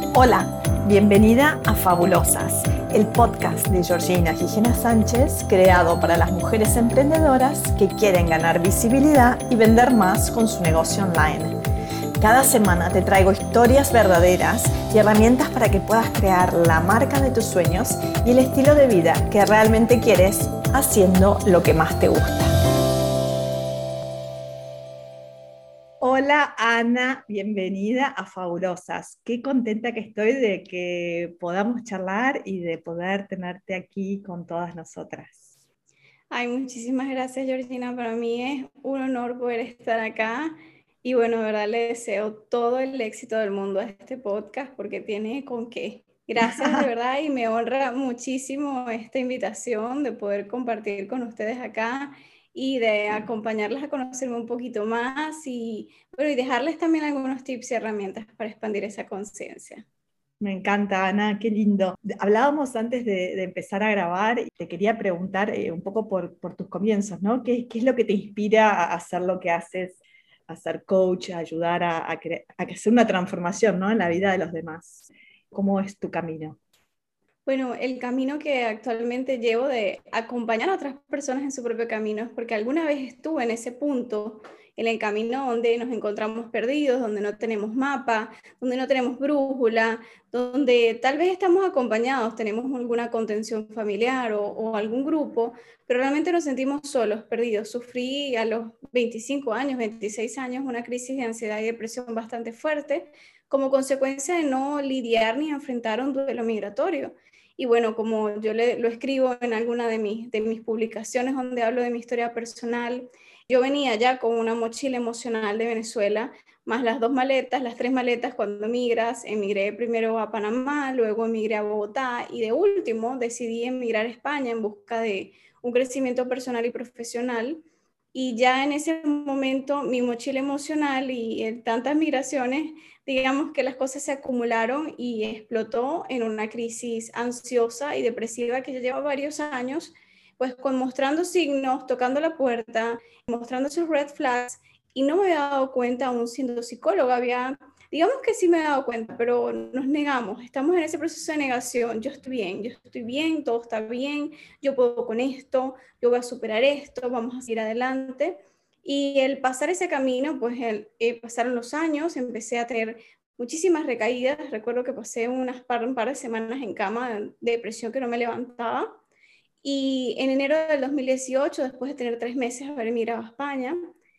Hola, bienvenida a Fabulosas, el podcast de Georgina Gigena Sánchez, creado para las mujeres emprendedoras que quieren ganar visibilidad y vender más con su negocio online. Cada semana te traigo historias verdaderas y herramientas para que puedas crear la marca de tus sueños y el estilo de vida que realmente quieres haciendo lo que más te gusta. Hola Ana, bienvenida a Fabulosas. Qué contenta que estoy de que podamos charlar y de poder tenerte aquí con todas nosotras. Ay, muchísimas gracias, Georgina. Para mí es un honor poder estar acá y bueno, de verdad le deseo todo el éxito del mundo a este podcast porque tiene con qué. Gracias de verdad y me honra muchísimo esta invitación de poder compartir con ustedes acá y de acompañarlas a conocerme un poquito más y bueno, y dejarles también algunos tips y herramientas para expandir esa conciencia. Me encanta, Ana, qué lindo. Hablábamos antes de empezar a grabar y te quería preguntar un poco por tus comienzos, ¿no? ¿Qué es lo que te inspira a hacer lo que haces, a ser coach, a ayudar a hacer una transformación, ¿no? En la vida de los demás? ¿Cómo es tu camino? Bueno, el camino que actualmente llevo de acompañar a otras personas en su propio camino es porque alguna vez estuve en ese punto, en el camino donde nos encontramos perdidos, donde no tenemos mapa, donde no tenemos brújula, donde tal vez estamos acompañados, tenemos alguna contención familiar o algún grupo, pero realmente nos sentimos solos, perdidos. Sufrí a los 25 años, 26 años, una crisis de ansiedad y depresión bastante fuerte como consecuencia de no lidiar ni enfrentar un duelo migratorio. Y bueno, como yo lo escribo en alguna de mis publicaciones donde hablo de mi historia personal, yo venía ya con una mochila emocional de Venezuela, más las dos maletas, las tres maletas cuando migras. Emigré primero a Panamá, luego emigré a Bogotá y de último decidí emigrar a España en busca de un crecimiento personal y profesional. Y ya en ese momento mi mochila emocional y en tantas migraciones, digamos que las cosas se acumularon y explotó en una crisis ansiosa y depresiva que ya lleva varios años, pues con mostrando signos, tocando la puerta, mostrando sus red flags y no me había dado cuenta aún siendo psicóloga, digamos que sí me he dado cuenta, pero nos negamos, estamos en ese proceso de negación, yo estoy bien, todo está bien, yo puedo con esto, yo voy a superar esto, vamos a seguir adelante. Y el pasar ese camino, pues pasaron los años, empecé a tener muchísimas recaídas. Recuerdo que pasé un par de semanas en cama de depresión que no me levantaba. Y en enero del 2018, después de tener 3 meses de haber emigrado a España,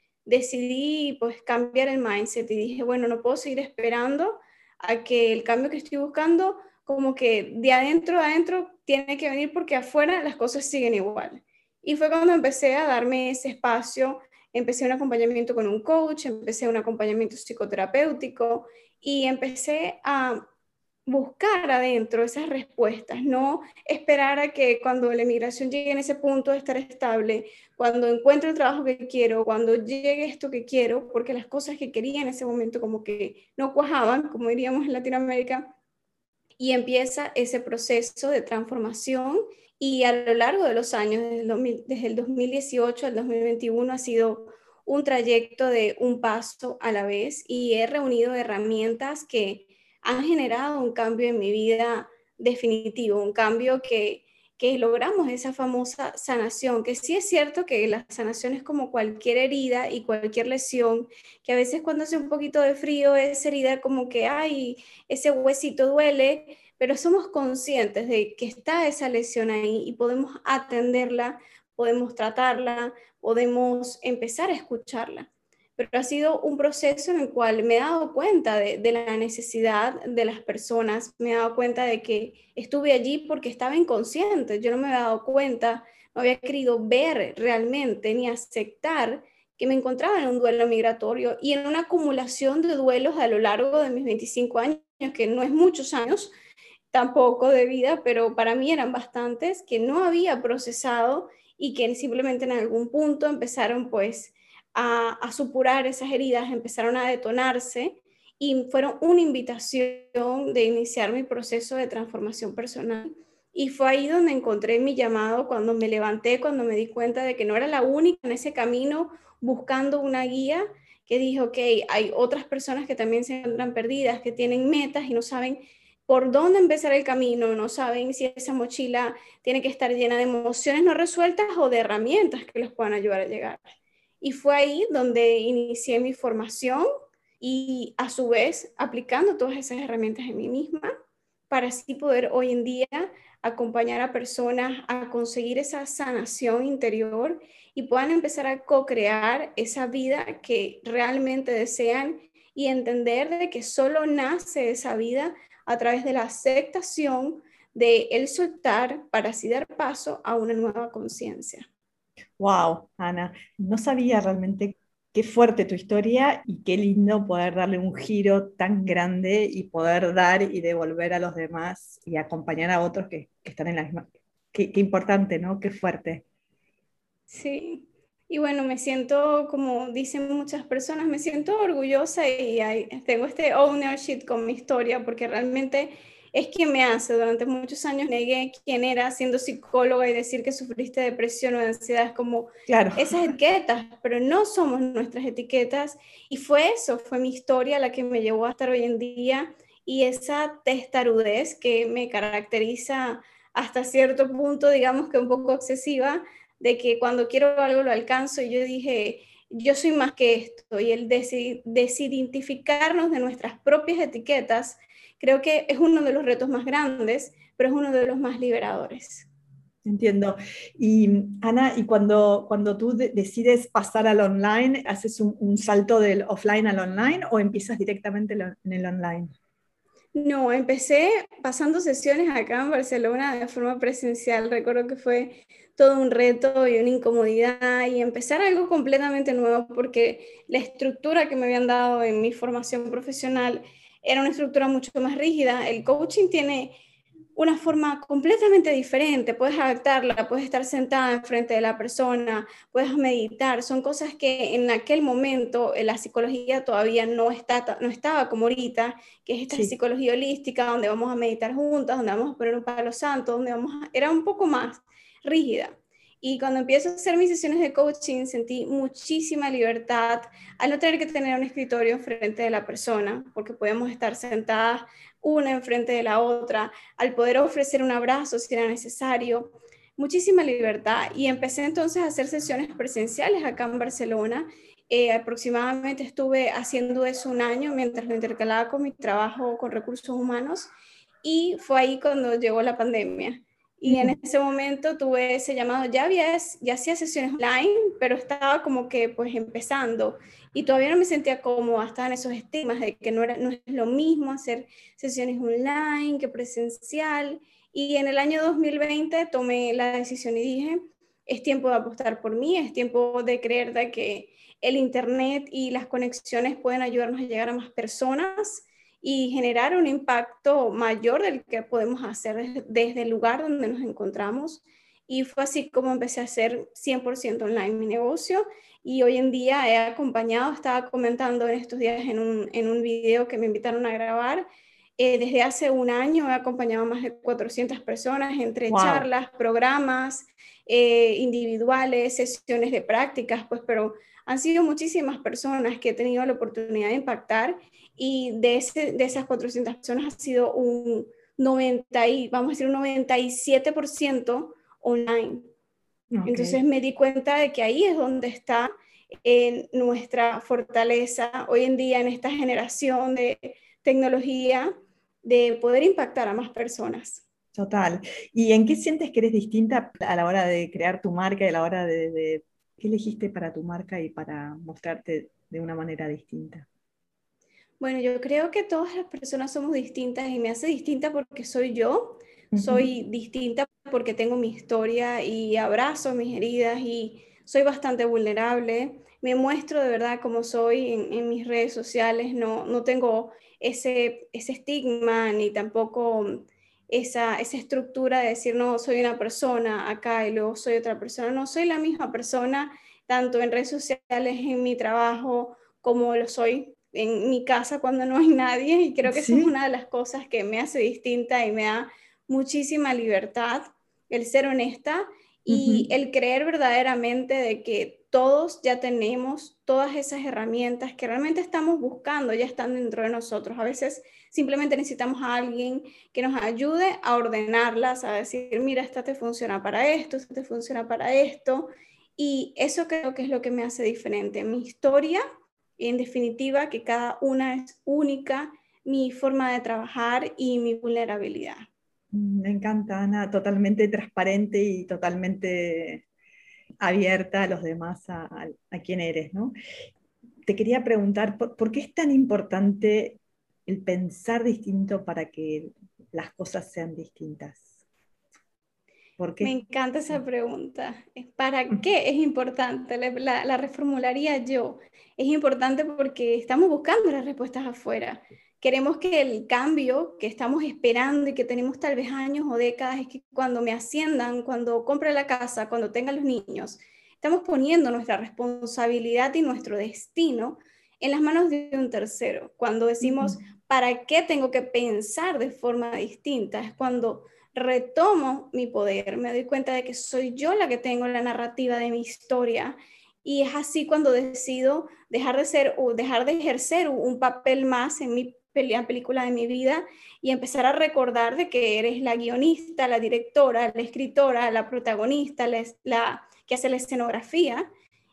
decidí pues cambiar el mindset y dije, bueno, no puedo seguir esperando a que el cambio que estoy buscando, como que de adentro a adentro, tiene que venir porque afuera las cosas siguen igual. Y fue cuando empecé a darme ese espacio, empecé un acompañamiento con un coach, empecé un acompañamiento psicoterapéutico y empecé a buscar adentro esas respuestas, no esperar a que cuando la emigración llegue en ese punto de estar estable, cuando encuentre el trabajo que quiero, cuando llegue esto que quiero, porque las cosas que quería en ese momento como que no cuajaban, como diríamos en Latinoamérica, y empieza ese proceso de transformación y a lo largo de los años, desde el 2018 al 2021 ha sido un trayecto de un paso a la vez y he reunido herramientas que han generado un cambio en mi vida definitivo, un cambio que logramos esa famosa sanación, que sí es cierto que la sanación es como cualquier herida y cualquier lesión, que a veces cuando hace un poquito de frío esa herida como que, ay, ese huesito duele, pero somos conscientes de que está esa lesión ahí y podemos atenderla, podemos tratarla, podemos empezar a escucharla. Pero ha sido un proceso en el cual me he dado cuenta de la necesidad de las personas, me he dado cuenta de que estuve allí porque estaba inconsciente, yo no me había dado cuenta, no había querido ver realmente ni aceptar que me encontraba en un duelo migratorio y en una acumulación de duelos a lo largo de mis 25 años, que no es muchos años tampoco de vida, pero para mí eran bastantes, que no había procesado y que simplemente en algún punto empezaron pues a supurar esas heridas, empezaron a detonarse y fueron una invitación de iniciar mi proceso de transformación personal. Y fue ahí donde encontré mi llamado, cuando me levanté, cuando me di cuenta de que no era la única en ese camino buscando una guía, que dije, ok, hay otras personas que también se encuentran perdidas, que tienen metas y no saben por dónde empezar el camino, no saben si esa mochila tiene que estar llena de emociones no resueltas o de herramientas que les puedan ayudar a llegar. Y fue ahí donde inicié mi formación y a su vez aplicando todas esas herramientas en mí misma para así poder hoy en día acompañar a personas a conseguir esa sanación interior y puedan empezar a co-crear esa vida que realmente desean y entender de que solo nace esa vida a través de la aceptación de el soltar para así dar paso a una nueva conciencia. Wow, Ana, no sabía realmente qué fuerte tu historia y qué lindo poder darle un giro tan grande y poder dar y devolver a los demás y acompañar a otros que están en la misma. Qué importante, ¿no? Qué fuerte. Sí, y bueno, me siento, como dicen muchas personas, me siento orgullosa y tengo este ownership con mi historia porque realmente es quien me hace. Durante muchos años negué quién era siendo psicóloga y decir que sufriste depresión o de ansiedad es como Claro, esas etiquetas, pero no somos nuestras etiquetas y fue eso, fue mi historia la que me llevó a estar hoy en día y esa testarudez que me caracteriza hasta cierto punto, digamos que un poco excesiva de que cuando quiero algo lo alcanzo y yo dije, yo soy más que esto y el desidentificarnos de nuestras propias etiquetas, creo que es uno de los retos más grandes, pero es uno de los más liberadores. entiendo. Y Ana, ¿y cuando tú decides pasar al online, haces un salto del offline al online o empiezas directamente en el online? No, empecé pasando sesiones acá en Barcelona de forma presencial. Recuerdo que fue todo un reto y una incomodidad y empezar algo completamente nuevo porque la estructura que me habían dado en mi formación profesional era una estructura mucho más rígida. El coaching tiene una forma completamente diferente, puedes adaptarla, puedes estar sentada enfrente de la persona, puedes meditar, son cosas que en aquel momento la psicología todavía no estaba como ahorita, que es esta Sí. psicología holística donde vamos a meditar juntas, donde vamos a poner un palo santo, era un poco más rígida. Y cuando empiezo a hacer mis sesiones de coaching sentí muchísima libertad al no tener que tener un escritorio enfrente de la persona, porque podemos estar sentadas una enfrente de la otra, al poder ofrecer un abrazo si era necesario, muchísima libertad. Y empecé entonces a hacer sesiones presenciales acá en Barcelona. Aproximadamente estuve haciendo eso un año mientras lo intercalaba con mi trabajo con recursos humanos y fue ahí cuando llegó la pandemia. Y en Mm. ese momento tuve ese llamado, ya hacía sesiones online, pero estaba como que pues empezando y todavía no me sentía cómoda, estaba en esos estigmas de que no es lo mismo hacer sesiones online que presencial. Y en el año 2020 tomé la decisión y dije, es tiempo de apostar por mí, es tiempo de creer de que el Internet y las conexiones pueden ayudarnos a llegar a más personas y generar un impacto mayor del que podemos hacer desde el lugar donde nos encontramos. Y fue así como empecé a hacer 100% online mi negocio y hoy en día he acompañado, estaba comentando en estos días en un video que me invitaron a grabar, desde hace un año he acompañado a más de 400 personas entre Wow. charlas, programas individuales, sesiones de prácticas, pues, pero han sido muchísimas personas que he tenido la oportunidad de impactar y de esas 400 personas ha sido un 90 y, vamos a decir, un 97% online. Ok. Entonces me di cuenta de que ahí es donde está nuestra fortaleza hoy en día en esta generación de tecnología, de poder impactar a más personas. Total. ¿Y en qué sientes que eres distinta a la hora de crear tu marca y a la hora qué elegiste para tu marca y para mostrarte de una manera distinta? Bueno, yo creo que todas las personas somos distintas y me hace distinta porque soy yo, Ujú. soy distinta porque tengo mi historia y abrazo mis heridas y soy bastante vulnerable. Me muestro de verdad como soy en mis redes sociales, no tengo ese estigma ni tampoco esa estructura de decir, no, soy una persona acá y luego soy otra persona. No, soy la misma persona, tanto en redes sociales, en mi trabajo, como lo soy en mi casa cuando no hay nadie y creo que eso es Sí. una de las cosas que me hace distinta y me da muchísima libertad, el ser honesta y Ujú. el creer verdaderamente de que todos ya tenemos todas esas herramientas que realmente estamos buscando, ya están dentro de nosotros. A veces simplemente necesitamos a alguien que nos ayude a ordenarlas, a decir, mira, esta te funciona para esto, esta te funciona para esto. Y eso creo que es lo que me hace diferente. Mi historia, en definitiva, que cada una es única, mi forma de trabajar y mi vulnerabilidad. Me encanta, Ana, totalmente transparente y totalmente abierta a los demás, a quién eres, ¿no? Te quería preguntar, ¿por qué es tan importante el pensar distinto para que las cosas sean distintas? ¿Por Me qué? encanta esa pregunta. ¿Para qué es importante? La reformularía yo. Es importante porque estamos buscando las respuestas afuera. Queremos que el cambio que estamos esperando y que tenemos tal vez años o décadas es que cuando me asciendan, cuando compre la casa, cuando tenga los niños, estamos poniendo nuestra responsabilidad y nuestro destino en las manos de un tercero. Cuando decimos, ¿para qué tengo que pensar de forma distinta? Es cuando retomo mi poder, me doy cuenta de que soy yo la que tengo la narrativa de mi historia, y es así cuando decido dejar de ser o dejar de ejercer un papel más en mi película de mi vida y empezar a recordar de que eres la guionista, la directora, la escritora, la protagonista, la que hace la escenografía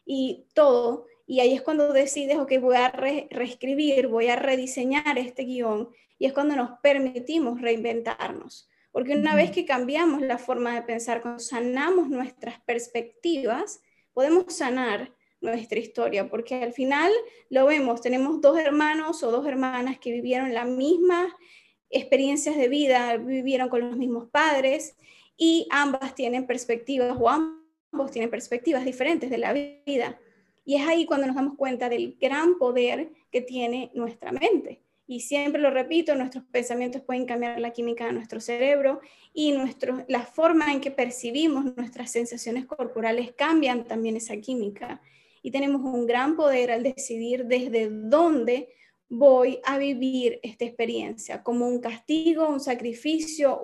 y todo. Y ahí es cuando decides, ok, voy a reescribir, voy a rediseñar este guión, y es cuando nos permitimos reinventarnos. Porque una vez que cambiamos la forma de pensar, cuando sanamos nuestras perspectivas, podemos sanar nuestra historia, porque al final lo vemos, tenemos dos hermanos o dos hermanas que vivieron las mismas experiencias de vida, vivieron con los mismos padres y ambas tienen perspectivas o ambos tienen perspectivas diferentes de la vida. Y es ahí cuando nos damos cuenta del gran poder que tiene nuestra mente. Y siempre lo repito, nuestros pensamientos pueden cambiar la química de nuestro cerebro y la forma en que percibimos nuestras sensaciones corporales cambian también esa química. Y tenemos un gran poder al decidir desde dónde voy a vivir esta experiencia, como un castigo, un sacrificio,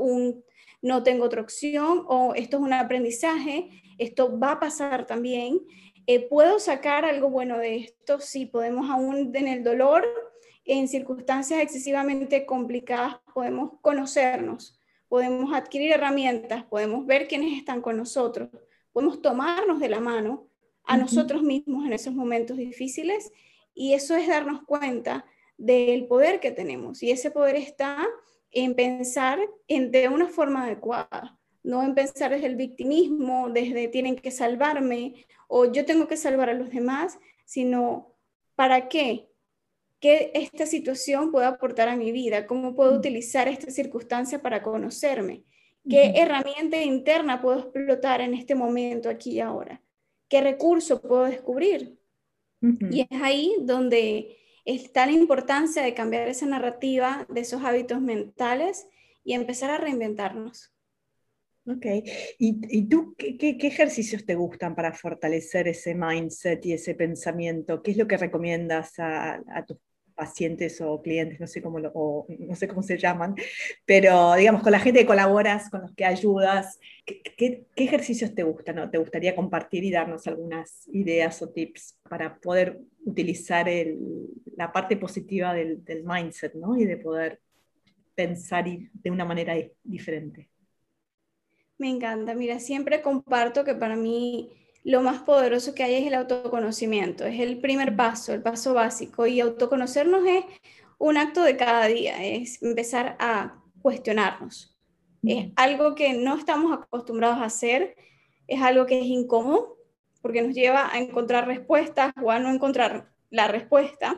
no tengo otra opción, o esto es un aprendizaje, esto va a pasar también. ¿Puedo sacar algo bueno de esto? Sí, podemos aún en el dolor, en circunstancias excesivamente complicadas, podemos conocernos, podemos adquirir herramientas, podemos ver quiénes están con nosotros, podemos tomarnos de la mano a nosotros mismos en esos momentos difíciles, y eso es darnos cuenta del poder que tenemos, y ese poder está en pensar de una forma adecuada, no en pensar desde el victimismo, desde tienen que salvarme o yo tengo que salvar a los demás, sino ¿para qué? ¿Qué esta situación puede aportar a mi vida? ¿Cómo puedo utilizar esta circunstancia para conocerme? ¿Qué herramienta interna puedo explotar en este momento, aquí y ahora? ¿Qué recurso puedo descubrir? Y es ahí donde está la importancia de cambiar esa narrativa de esos hábitos mentales y empezar a reinventarnos. Ok, ¿y tú qué ejercicios te gustan para fortalecer ese mindset y ese pensamiento? ¿Qué es lo que recomiendas a tus pacientes o clientes, no sé cómo se llaman, pero digamos, con la gente que colaboras, con los que ayudas, ¿qué ejercicios te gustan, ¿no? ¿Te gustaría compartir y darnos algunas ideas o tips para poder utilizar la parte positiva del mindset, ¿no? Y de poder pensar de una manera diferente? Me encanta. Mira, siempre comparto que para mí lo más poderoso que hay es el autoconocimiento. Es el primer paso, el paso básico. Y autoconocernos es un acto de cada día, es empezar a cuestionarnos. Es algo que no estamos acostumbrados a hacer, es algo que es incómodo porque nos lleva a encontrar respuestas o a no encontrar la respuesta,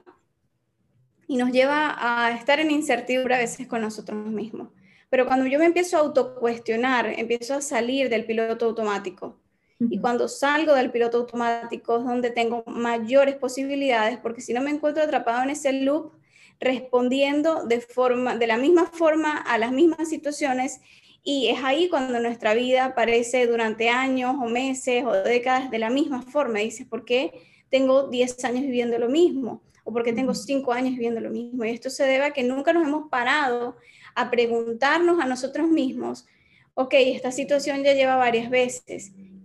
y nos lleva a estar en incertidumbre a veces con nosotros mismos. Pero cuando yo me empiezo a autocuestionar, empiezo a salir del piloto automático. Y cuando salgo del piloto automático es donde tengo mayores posibilidades, porque si no me encuentro atrapado en ese loop, respondiendo de la misma forma a las mismas situaciones, y es ahí cuando nuestra vida parece durante años o meses o décadas de la misma forma. Y dices, ¿por qué tengo 10 años viviendo lo mismo? O porque tengo 5 años viviendo lo mismo. Y esto se debe a que nunca nos hemos parado a preguntarnos a nosotros mismos, ok, esta situación ya lleva varias veces,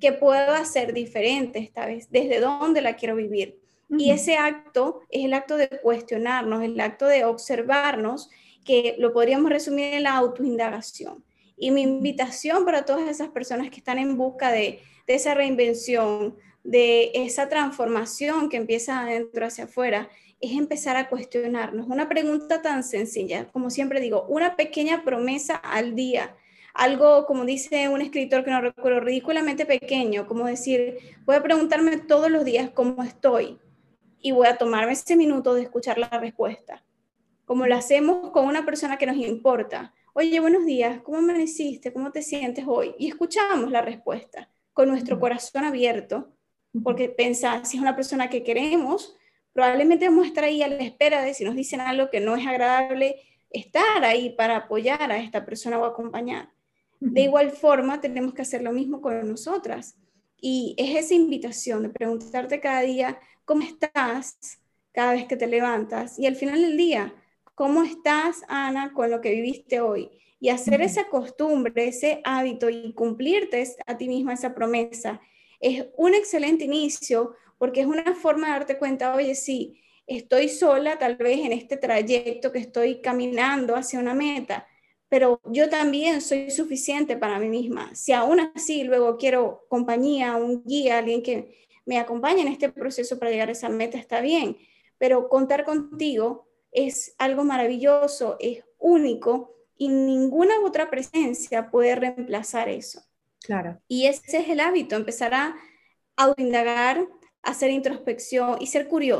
¿Qué puedo hacer diferente esta vez? ¿Desde dónde la quiero vivir? Y ese acto es el acto de cuestionarnos, el acto de observarnos, que lo podríamos resumir en la autoindagación. Y mi invitación para todas esas personas que están en busca de esa reinvención, de esa transformación que empieza adentro hacia afuera, es empezar a cuestionarnos. Una pregunta tan sencilla, como siempre digo, una pequeña promesa al día. Algo, como dice un escritor que no recuerdo, ridículamente pequeño, como decir, voy a preguntarme todos los días cómo estoy y voy a tomarme ese minuto de escuchar la respuesta. Como lo hacemos con una persona que nos importa. Oye, buenos días, ¿cómo amaneciste? ¿Cómo te sientes hoy? Y escuchamos la respuesta con nuestro corazón abierto, porque pensa, si es una persona que queremos, probablemente vamos a estar ahí a la espera de si nos dicen algo que no es agradable, estar ahí para apoyar a esta persona o acompañar. De igual forma, tenemos que hacer lo mismo con nosotras. Y es esa invitación de preguntarte cada día, ¿cómo estás? Cada vez que te levantas. Y al final del día, ¿cómo estás, Ana, con lo que viviste hoy? Y hacer esa costumbre, ese hábito y cumplirte a ti misma esa promesa es un excelente inicio porque es una forma de darte cuenta, oye, sí, estoy sola tal vez en este trayecto que estoy caminando hacia una meta, pero yo también soy suficiente para mí misma. Si aún así luego quiero compañía, un guía, alguien que me acompañe en este proceso para llegar a esa meta, está bien, pero contar contigo es algo maravilloso, es único y ninguna otra presencia puede reemplazar eso. Claro. Y ese es el hábito, empezar a autoindagar, hacer introspección y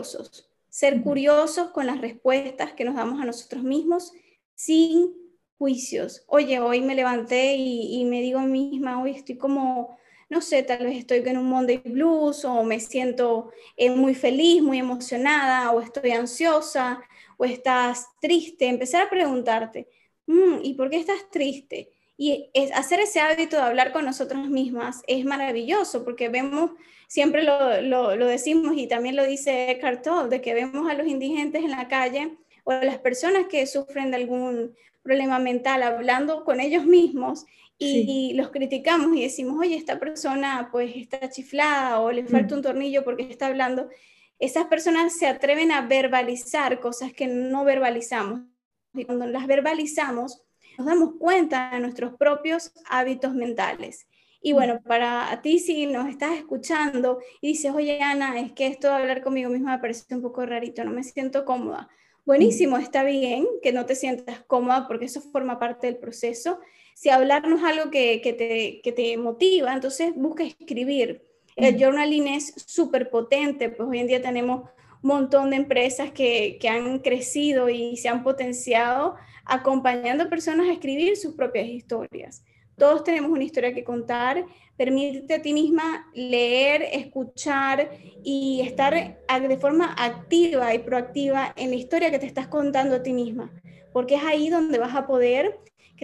ser curiosos con las respuestas que nos damos a nosotros mismos sin juicios. Oye, hoy me levanté y me digo a mí misma, hoy estoy como, no sé, tal vez estoy en un Monday Blues o me siento muy feliz, muy emocionada o estoy ansiosa o estás triste. Empezar a preguntarte, ¿y por qué estás triste? Y hacer ese hábito de hablar con nosotras mismas es maravilloso porque vemos, siempre lo decimos y también lo dice Eckhart Tolle, de que vemos a los indigentes en la calle o a las personas que sufren de algún problema mental hablando con ellos mismos y los criticamos y decimos, oye, esta persona pues está chiflada o le falta un tornillo porque está hablando. Esas personas se atreven a verbalizar cosas que no verbalizamos y cuando las verbalizamos nos damos cuenta de nuestros propios hábitos mentales. Y bueno, para ti si nos estás escuchando y dices, oye Ana, es que esto de hablar conmigo misma me parece un poco rarito, no me siento cómoda. Buenísimo, está bien que no te sientas cómoda porque eso forma parte del proceso. Si hablarnos es algo que te motiva, entonces busca escribir. El journaling es súper potente, pues hoy en día tenemos un montón de empresas que han crecido y se han potenciado acompañando a personas a escribir sus propias historias. Todos tenemos una historia que contar, permítete a ti misma leer, escuchar y estar de forma activa y proactiva en la historia que te estás contando a ti misma, porque es ahí donde vas a poder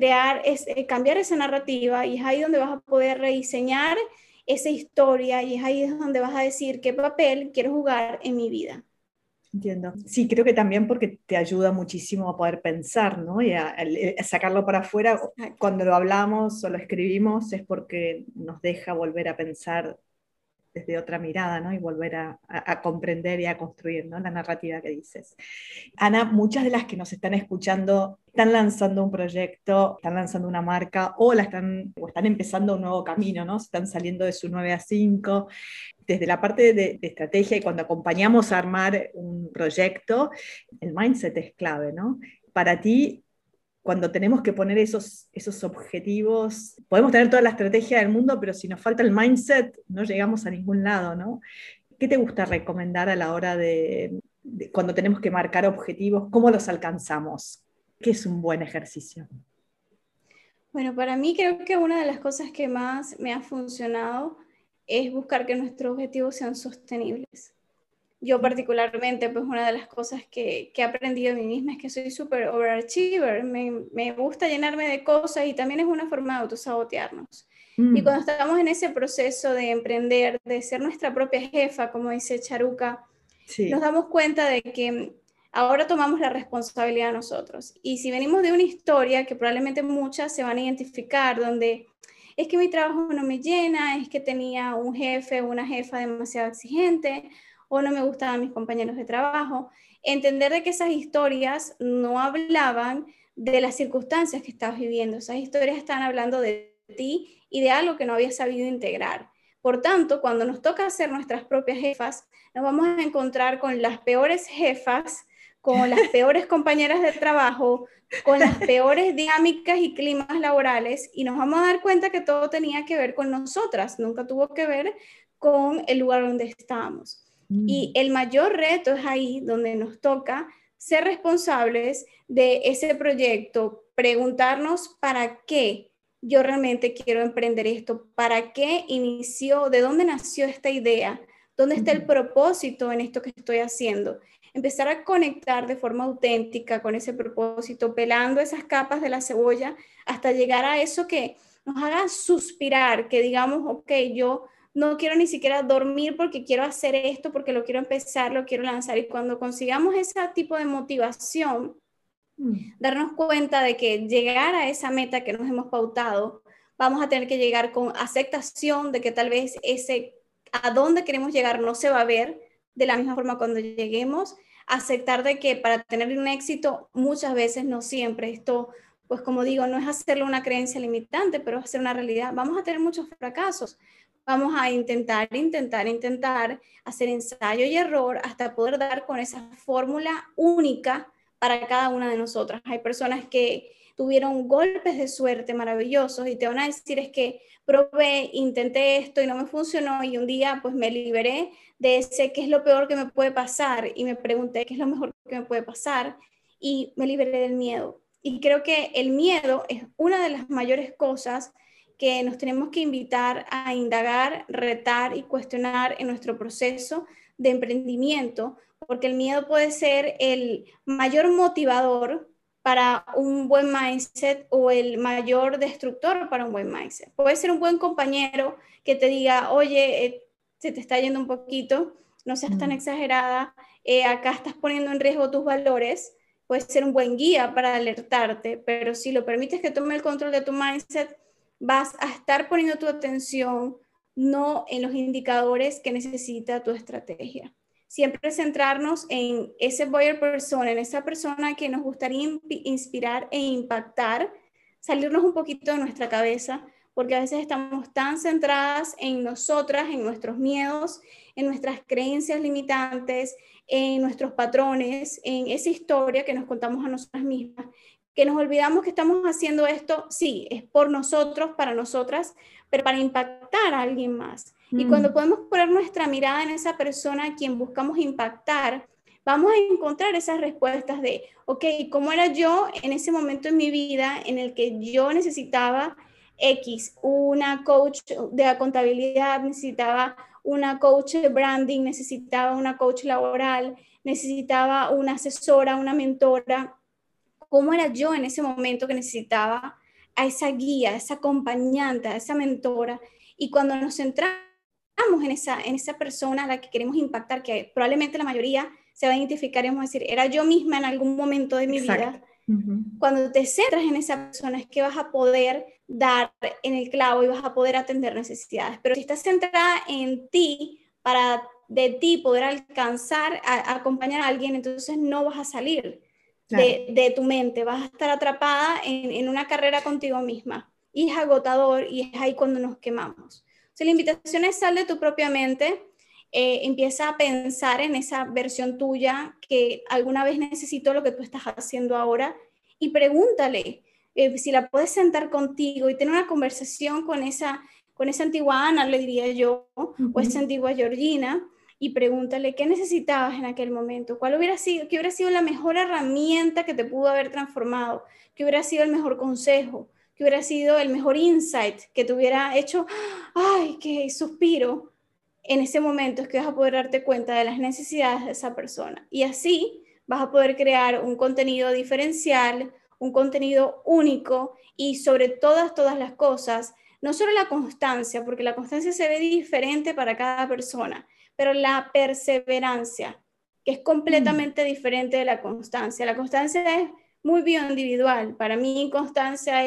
cambiar esa narrativa y es ahí donde vas a poder rediseñar esa historia y es ahí donde vas a decir qué papel quiero jugar en mi vida. Entiendo. Sí, creo que también porque te ayuda muchísimo a poder pensar, ¿no? Y a sacarlo para afuera. Exacto. Cuando lo hablamos o lo escribimos es porque nos deja volver a pensar desde otra mirada, ¿no? Y volver a comprender y a construir, ¿no? La narrativa que dices. Ana, muchas de las que nos están escuchando están lanzando un proyecto, están lanzando una marca o están empezando un nuevo camino, ¿no? Están saliendo de su 9 a 5. Desde la parte de estrategia y cuando acompañamos a armar un proyecto, el mindset es clave, ¿no? Para ti, cuando tenemos que poner esos objetivos, podemos tener toda la estrategia del mundo, pero si nos falta el mindset, no llegamos a ningún lado, ¿no? ¿Qué te gusta recomendar a la hora de cuando tenemos que marcar objetivos? ¿Cómo los alcanzamos? ¿Qué es un buen ejercicio? Bueno, para mí creo que una de las cosas que más me ha funcionado es buscar que nuestros objetivos sean sostenibles. Yo particularmente, pues una de las cosas que he aprendido de mí misma es que soy súper overachiever, me gusta llenarme de cosas y también es una forma de autosabotearnos. Y cuando estamos en ese proceso de emprender, de ser nuestra propia jefa, como dice Charuca, nos damos cuenta de que ahora tomamos la responsabilidad nosotros. Y si venimos de una historia que probablemente muchas se van a identificar, donde es que mi trabajo no me llena, es que tenía un jefe o una jefa demasiado exigente, o no me gustaban mis compañeros de trabajo. Entender de que esas historias no hablaban de las circunstancias que estabas viviendo, esas historias estaban hablando de ti y de algo que no habías sabido integrar. Por tanto, cuando nos toca ser nuestras propias jefas, nos vamos a encontrar con las peores jefas, con las peores compañeras de trabajo, con las peores dinámicas y climas laborales, y nos vamos a dar cuenta que todo tenía que ver con nosotras, nunca tuvo que ver con el lugar donde estábamos. Y el mayor reto es ahí donde nos toca ser responsables de ese proyecto, preguntarnos para qué yo realmente quiero emprender esto, para qué inició, de dónde nació esta idea, dónde está el propósito en esto que estoy haciendo. Empezar a conectar de forma auténtica con ese propósito, pelando esas capas de la cebolla hasta llegar a eso que nos haga suspirar, que digamos, ok, yo no quiero ni siquiera dormir porque quiero hacer esto, porque lo quiero empezar, lo quiero lanzar. Y cuando consigamos ese tipo de motivación, darnos cuenta de que llegar a esa meta que nos hemos pautado, vamos a tener que llegar con aceptación de que tal vez ese a dónde queremos llegar no se va a ver de la misma forma cuando lleguemos, aceptar de que para tener un éxito muchas veces, no siempre, esto pues como digo, no es hacerlo una creencia limitante, pero hacer una realidad. Vamos a tener muchos fracasos, vamos a intentar, hacer ensayo y error hasta poder dar con esa fórmula única para cada una de nosotras. Hay personas que tuvieron golpes de suerte maravillosos y te van a decir es que probé, intenté esto y no me funcionó y un día pues me liberé de ese qué es lo peor que me puede pasar y me pregunté qué es lo mejor que me puede pasar y me liberé del miedo. Y creo que el miedo es una de las mayores cosas que nos tenemos que invitar a indagar, retar y cuestionar en nuestro proceso de emprendimiento, porque el miedo puede ser el mayor motivador para un buen mindset o el mayor destructor para un buen mindset. Puede ser un buen compañero que te diga, oye, se te está yendo un poquito, no seas tan exagerada, acá estás poniendo en riesgo tus valores. Puede ser un buen guía para alertarte, pero si lo permites que tome el control de tu mindset, vas a estar poniendo tu atención no en los indicadores que necesita tu estrategia. Siempre centrarnos en ese buyer persona, en esa persona que nos gustaría inspirar e impactar, salirnos un poquito de nuestra cabeza, porque a veces estamos tan centradas en nosotras, en nuestros miedos, en nuestras creencias limitantes, en nuestros patrones, en esa historia que nos contamos a nosotras mismas, que nos olvidamos que estamos haciendo esto, sí, es por nosotros, para nosotras, pero para impactar a alguien más. Y cuando podemos poner nuestra mirada en esa persona a quien buscamos impactar, vamos a encontrar esas respuestas de, ok, ¿cómo era yo en ese momento en mi vida en el que yo necesitaba X, una coach de contabilidad, necesitaba una coach de branding, necesitaba una coach laboral, necesitaba una asesora, una mentora? ¿Cómo era yo en ese momento que necesitaba a esa guía, a esa acompañante, a esa mentora? Y cuando nos centramos en esa persona a la que queremos impactar, que probablemente la mayoría se va a identificar y vamos a decir, era yo misma en algún momento de mi vida. Cuando te centras en esa persona es que vas a poder dar en el clavo y vas a poder atender necesidades. Pero si estás centrada en ti, para de ti poder alcanzar, a acompañar a alguien, entonces no vas a salir de tu mente, vas a estar atrapada en una carrera contigo misma y es agotador y es ahí cuando nos quemamos. O sea, la invitación es sal de tu propia mente, empieza a pensar en esa versión tuya que alguna vez necesitó lo que tú estás haciendo ahora y pregúntale si la puedes sentar contigo y tener una conversación con esa antigua Ana, le diría yo, o esa antigua Georgina, y pregúntale qué necesitabas en aquel momento, qué hubiera sido la mejor herramienta que te pudo haber transformado, qué hubiera sido el mejor consejo, qué hubiera sido el mejor insight que te hubiera hecho, ay, qué suspiro. En ese momento es que vas a poder darte cuenta de las necesidades de esa persona y así vas a poder crear un contenido diferencial, un contenido único y sobre todas las cosas, no solo la constancia, porque la constancia se ve diferente para cada persona, pero la perseverancia, que es completamente diferente de la constancia. La constancia es muy bioindividual. Para mí constancia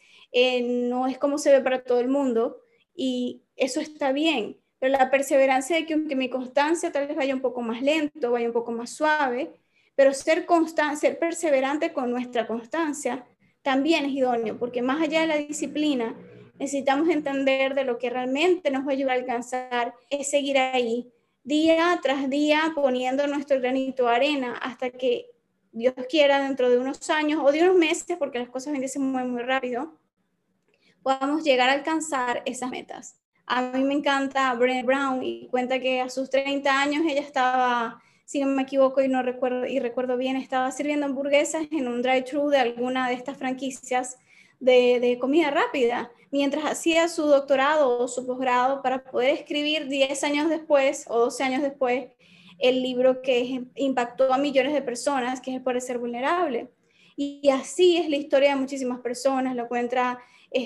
no es como se ve para todo el mundo y eso está bien, pero la perseverancia de que aunque mi constancia tal vez vaya un poco más lento, vaya un poco más suave, pero ser constante, ser perseverante con nuestra constancia también es idóneo, porque más allá de la disciplina, necesitamos entender de lo que realmente nos va a ayudar a alcanzar, es seguir ahí, día tras día, poniendo nuestro granito de arena hasta que Dios quiera dentro de unos años o de unos meses, porque las cosas se mueven muy rápido, podamos llegar a alcanzar esas metas. A mí me encanta Brené Brown y cuenta que a sus 30 años ella estaba, si no me equivoco y recuerdo bien, estaba sirviendo hamburguesas en un drive-thru de alguna de estas franquicias de comida rápida, mientras hacía su doctorado o su posgrado para poder escribir 10 años después o 12 años después el libro que impactó a millones de personas, que es El Poder Ser Vulnerable. Y así es la historia de muchísimas personas, lo encuentra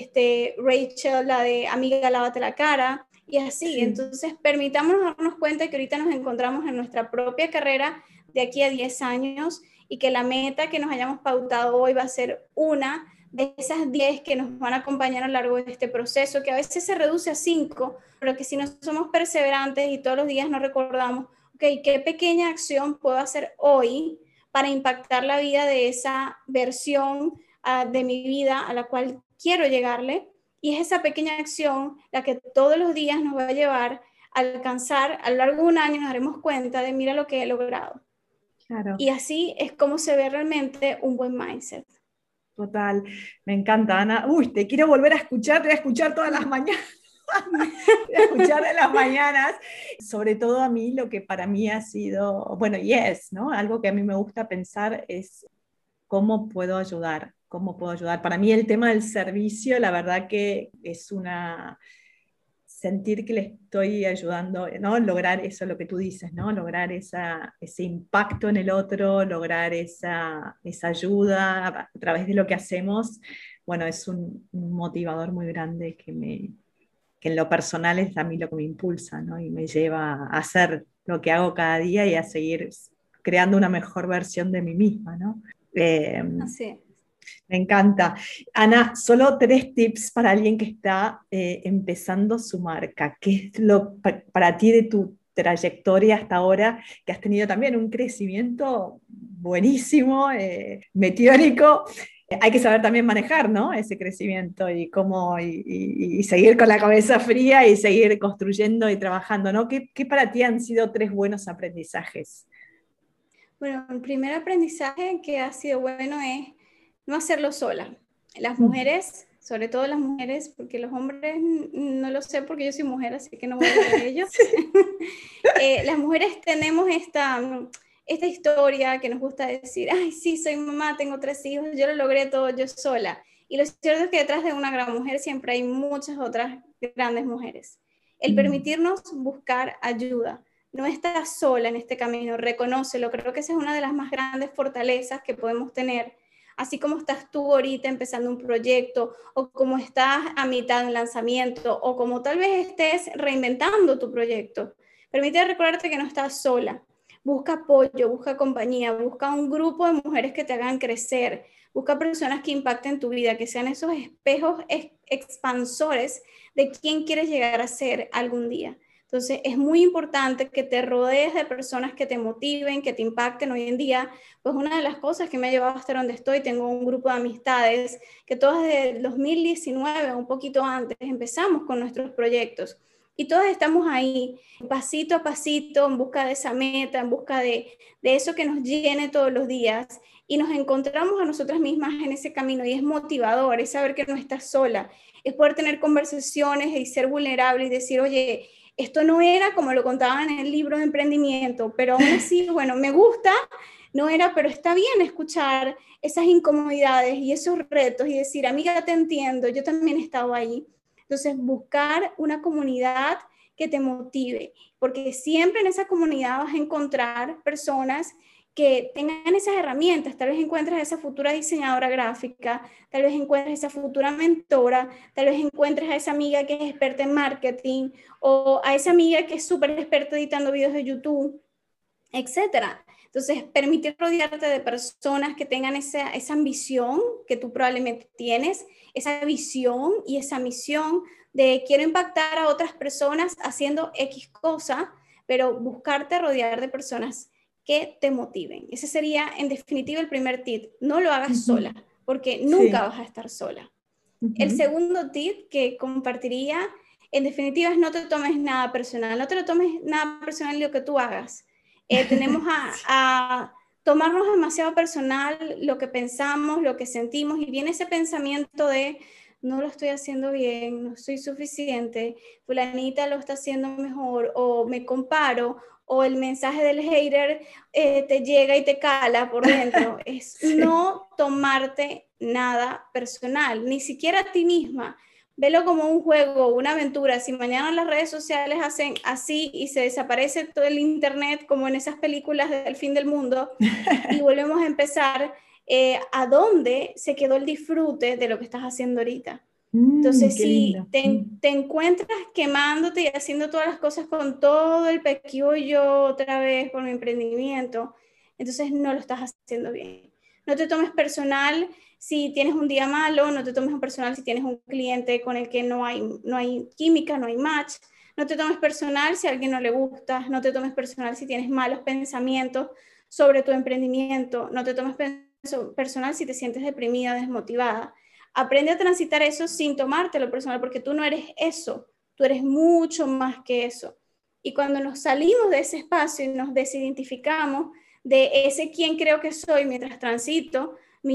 Rachel, la de Amiga, lávate la cara, y así. Sí. Entonces, permitámonos darnos cuenta que ahorita nos encontramos en nuestra propia carrera de aquí a 10 años y que la meta que nos hayamos pautado hoy va a ser una de esas 10 que nos van a acompañar a lo largo de este proceso, que a veces se reduce a 5, pero que si no somos perseverantes y todos los días nos recordamos, ok, ¿qué pequeña acción puedo hacer hoy para impactar la vida de esa versión de mi vida a la cual quiero llegarle? Y es esa pequeña acción la que todos los días nos va a llevar a alcanzar, a lo largo de un año nos daremos cuenta de mira lo que he logrado. Claro. Y así es como se ve realmente un buen mindset. Total, me encanta, Ana. Uy, te quiero volver a escuchar, te voy a escuchar todas las mañanas. Te voy a escuchar en las mañanas. Sobre todo a mí lo que para mí ha sido, bueno, ¿no? Algo que a mí me gusta pensar es cómo puedo ayudar, cómo puedo ayudar. Para mí el tema del servicio, la verdad que es sentir que le estoy ayudando, ¿no? Lograr eso, lo que tú dices, ¿no? Lograr ese impacto en el otro, lograr esa ayuda a través de lo que hacemos. Bueno, es un motivador muy grande que en lo personal es a mí lo que me impulsa, ¿no? Y me lleva a hacer lo que hago cada día y a seguir creando una mejor versión de mí misma, ¿no? Así. Me encanta. Ana, solo 3 tips para alguien que está empezando su marca. ¿Qué es para ti de tu trayectoria hasta ahora, que has tenido también un crecimiento buenísimo, meteórico? Hay que saber también manejar, ¿no? Ese crecimiento y cómo y seguir con la cabeza fría y seguir construyendo y trabajando, ¿no? ¿Qué para ti han sido 3 buenos aprendizajes? Bueno, el primer aprendizaje que ha sido bueno es no hacerlo sola. Las mujeres, sobre todo las mujeres, porque los hombres no lo sé porque yo soy mujer, así que no voy a hablar de ellos. Las mujeres tenemos esta historia que nos gusta decir, ay, sí, soy mamá, tengo 3 hijos, yo lo logré todo yo sola. Y lo cierto es que detrás de una gran mujer siempre hay muchas otras grandes mujeres. El permitirnos buscar ayuda. No estás sola en este camino, reconócelo. Creo que esa es una de las más grandes fortalezas que podemos tener. Así como estás tú ahorita empezando un proyecto, o como estás a mitad de un lanzamiento, o como tal vez estés reinventando tu proyecto. Permite recordarte que no estás sola. Busca apoyo, busca compañía, busca un grupo de mujeres que te hagan crecer, busca personas que impacten tu vida, que sean esos espejos expansores de quién quieres llegar a ser algún día. Entonces, es muy importante que te rodees de personas que te motiven, que te impacten. Hoy en día, pues una de las cosas que me ha llevado a estar donde estoy, tengo un grupo de amistades que todas desde el 2019, un poquito antes, empezamos con nuestros proyectos. Y todos estamos ahí, pasito a pasito, en busca de esa meta, en busca de eso que nos llene todos los días. Y nos encontramos a nosotras mismas en ese camino y es motivador, es saber que no estás sola, es poder tener conversaciones y ser vulnerable y decir, oye, esto no era como lo contaban en el libro de emprendimiento, pero aún así, bueno, me gusta, no era, pero está bien escuchar esas incomodidades y esos retos y decir, amiga, te entiendo, yo también he estado ahí. Entonces, buscar una comunidad que te motive, porque siempre en esa comunidad vas a encontrar personas que tengan esas herramientas. Tal vez encuentres a esa futura diseñadora gráfica, tal vez encuentres a esa futura mentora, tal vez encuentres a esa amiga que es experta en marketing o a esa amiga que es súper experta editando videos de YouTube, etcétera. Entonces, permitir rodearte de personas que tengan esa ambición que tú probablemente tienes, esa visión y esa misión de quiero impactar a otras personas haciendo X cosa, pero buscarte rodear de personas que te motiven. Ese sería, en definitiva, el primer tip. No lo hagas sola, porque nunca vas a estar sola. El segundo tip que compartiría, en definitiva, es no te tomes nada personal. No te lo tomes nada personal lo que tú hagas. Tendemos a tomarnos demasiado personal lo que pensamos, lo que sentimos, y viene ese pensamiento de no lo estoy haciendo bien, no soy suficiente, fulanita lo está haciendo mejor, o me comparo, o el mensaje del hater te llega y te cala por dentro. Es no tomarte nada personal, ni siquiera a ti misma. Velo como un juego, una aventura. Si mañana las redes sociales hacen así y se desaparece todo el internet como en esas películas del fin del mundo y volvemos a empezar, ¿a dónde se quedó el disfrute de lo que estás haciendo ahorita? Entonces, si te encuentras quemándote y haciendo todas las cosas con todo el pequillo otra vez por mi emprendimiento, entonces no lo estás haciendo bien. No te tomes personal si tienes un día malo, no te tomes personal si tienes un cliente con el que no hay química, no hay match. No te tomes personal si a alguien no le gusta, no te tomes personal si tienes malos pensamientos sobre tu emprendimiento, no te tomes personal si te sientes deprimida, desmotivada. Aprende a transitar eso sin tomártelo personal, porque tú no eres eso, tú eres mucho más que eso. Y cuando nos salimos de ese espacio y nos desidentificamos de ese quién creo que soy mientras transito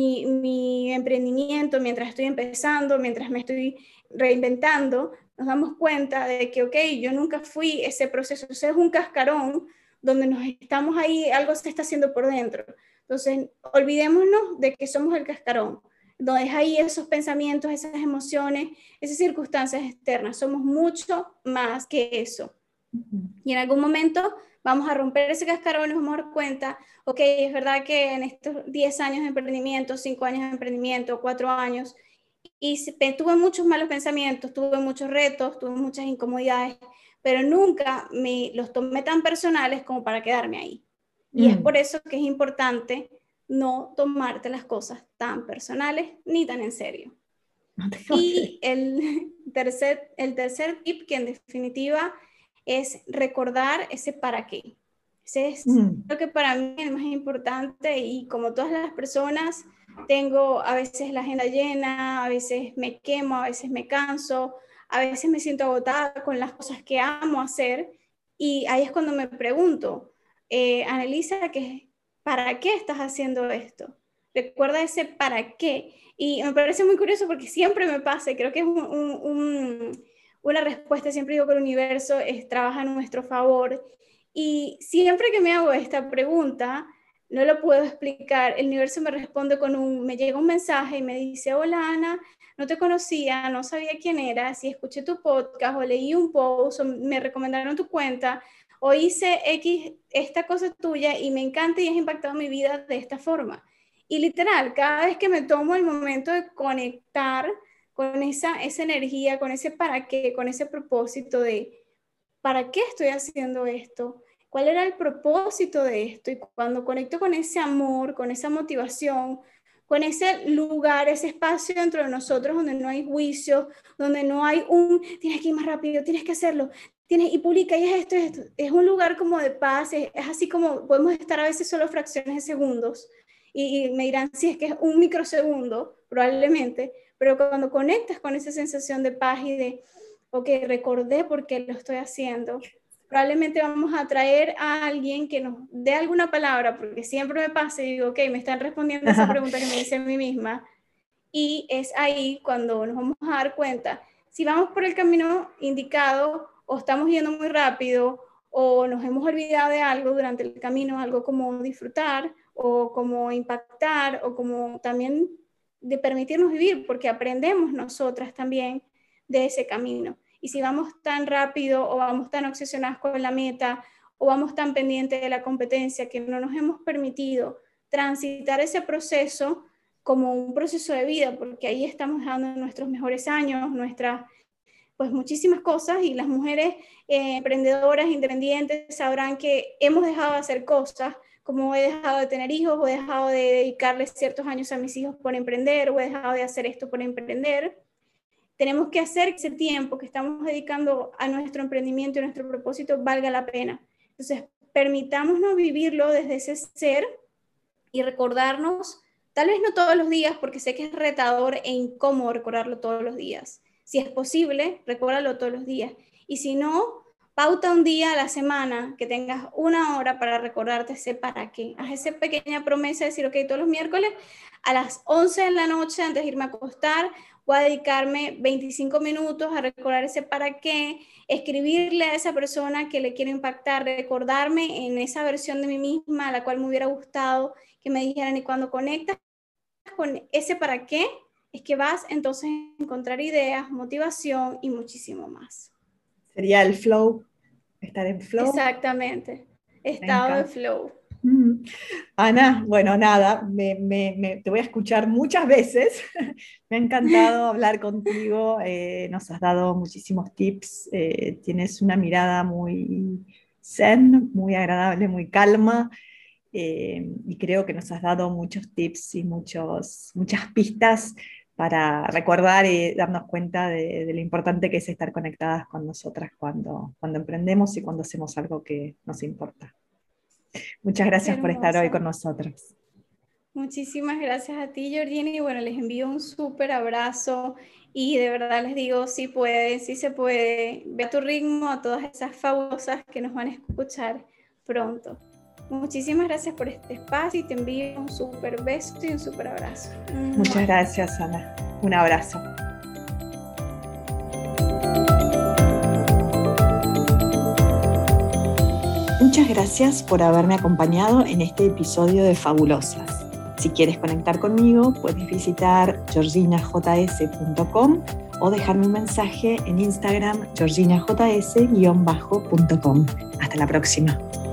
mi emprendimiento, mientras estoy empezando, mientras me estoy reinventando, nos damos cuenta de que, ok, yo nunca fui ese proceso, ese es un cascarón donde nos estamos ahí, algo se está haciendo por dentro. Entonces, olvidémonos de que somos el cascarón, donde es ahí esos pensamientos, esas emociones, esas circunstancias externas. Somos mucho más que eso. Y en algún momento vamos a romper ese cascarón y nos vamos a dar cuenta, ok, es verdad que en estos 10 años de emprendimiento, 5 años de emprendimiento, 4 años, y tuve muchos malos pensamientos, tuve muchos retos, tuve muchas incomodidades, pero nunca me los tomé tan personales como para quedarme ahí. Y es por eso que es importante no tomarte las cosas tan personales ni tan en serio. Y el tercer tip, que en definitiva es recordar ese para qué. Ese es lo que para mí es más importante, y como todas las personas, tengo a veces la agenda llena, a veces me quemo, a veces me canso, a veces me siento agotada con las cosas que amo hacer, y ahí es cuando me pregunto, Annelisa, ¿para qué estás haciendo esto? Recuerda ese para qué. Y me parece muy curioso porque siempre me pasa, y creo que es una respuesta, siempre digo que el universo trabaja a nuestro favor, y siempre que me hago esta pregunta, no lo puedo explicar, el universo me responde me llega un mensaje y me dice, hola Ana, no te conocía, no sabía quién eras, y escuché tu podcast o leí un post o me recomendaron tu cuenta o hice X, esta cosa tuya y me encanta y has impactado mi vida de esta forma. Y literal, cada vez que me tomo el momento de conectar con esa energía, con ese para qué, con ese propósito de ¿para qué estoy haciendo esto? ¿Cuál era el propósito de esto? Y cuando conecto con ese amor, con esa motivación, con ese lugar, ese espacio dentro de nosotros donde no hay juicio, donde no hay tienes que ir más rápido, tienes que hacerlo, y publica, y es esto, es esto. Es un lugar como de paz, es así como podemos estar a veces solo fracciones de segundos, y me dirán si es que es un microsegundo, probablemente, pero cuando conectas con esa sensación de paz y de, ok, recordé por qué lo estoy haciendo, probablemente vamos a traer a alguien que nos dé alguna palabra, porque siempre me pasa y digo, ok, me están respondiendo esa pregunta que me hice a mí misma, y es ahí cuando nos vamos a dar cuenta si vamos por el camino indicado o estamos yendo muy rápido o nos hemos olvidado de algo durante el camino, algo como disfrutar o como impactar o como también de permitirnos vivir, porque aprendemos nosotras también de ese camino. Y si vamos tan rápido o vamos tan obsesionadas con la meta o vamos tan pendientes de la competencia que no nos hemos permitido transitar ese proceso como un proceso de vida, porque ahí estamos dando nuestros mejores años, pues muchísimas cosas, y las mujeres emprendedoras, independientes, sabrán que hemos dejado de hacer cosas como he dejado de tener hijos, o he dejado de dedicarles ciertos años a mis hijos por emprender, o he dejado de hacer esto por emprender. Tenemos que hacer que ese tiempo que estamos dedicando a nuestro emprendimiento y a nuestro propósito valga la pena. Entonces, permitámonos vivirlo desde ese ser y recordarnos, tal vez no todos los días, porque sé que es retador e incómodo recordarlo todos los días. Si es posible, recuérdalo todos los días. Y si no, pauta un día a la semana que tengas 1 hora para recordarte ese para qué. Haz esa pequeña promesa de decir, ok, todos los miércoles a las 11 de la noche, antes de irme a acostar, voy a dedicarme 25 minutos a recordar ese para qué, escribirle a esa persona que le quiero impactar, recordarme en esa versión de mí misma a la cual me hubiera gustado que me dijeran. Y cuando conectas con ese para qué, es que vas entonces a encontrar ideas, motivación y muchísimo más. Sería el flow, estar en flow. Exactamente, estado de flow. Ana, bueno, nada, te voy a escuchar muchas veces. Me ha encantado hablar contigo, nos has dado muchísimos tips, tienes una mirada muy zen, muy agradable, muy calma, y creo que nos has dado muchos tips y muchas pistas para recordar y darnos cuenta de lo importante que es estar conectadas con nosotras cuando emprendemos y cuando hacemos algo que nos importa. Muchas gracias por estar hoy con nosotros. Muchísimas gracias a ti, Georgina, y bueno, les envío un súper abrazo y de verdad les digo, sí puede, sí se puede, ve a tu ritmo a todas esas fabulosas que nos van a escuchar pronto. Muchísimas gracias por este espacio y te envío un súper beso y un súper abrazo. Muchas gracias, Ana. Un abrazo. Muchas gracias por haberme acompañado en este episodio de Fabulosas. Si quieres conectar conmigo, puedes visitar georginajs.com o dejarme un mensaje en Instagram georginajs_.com. Hasta la próxima.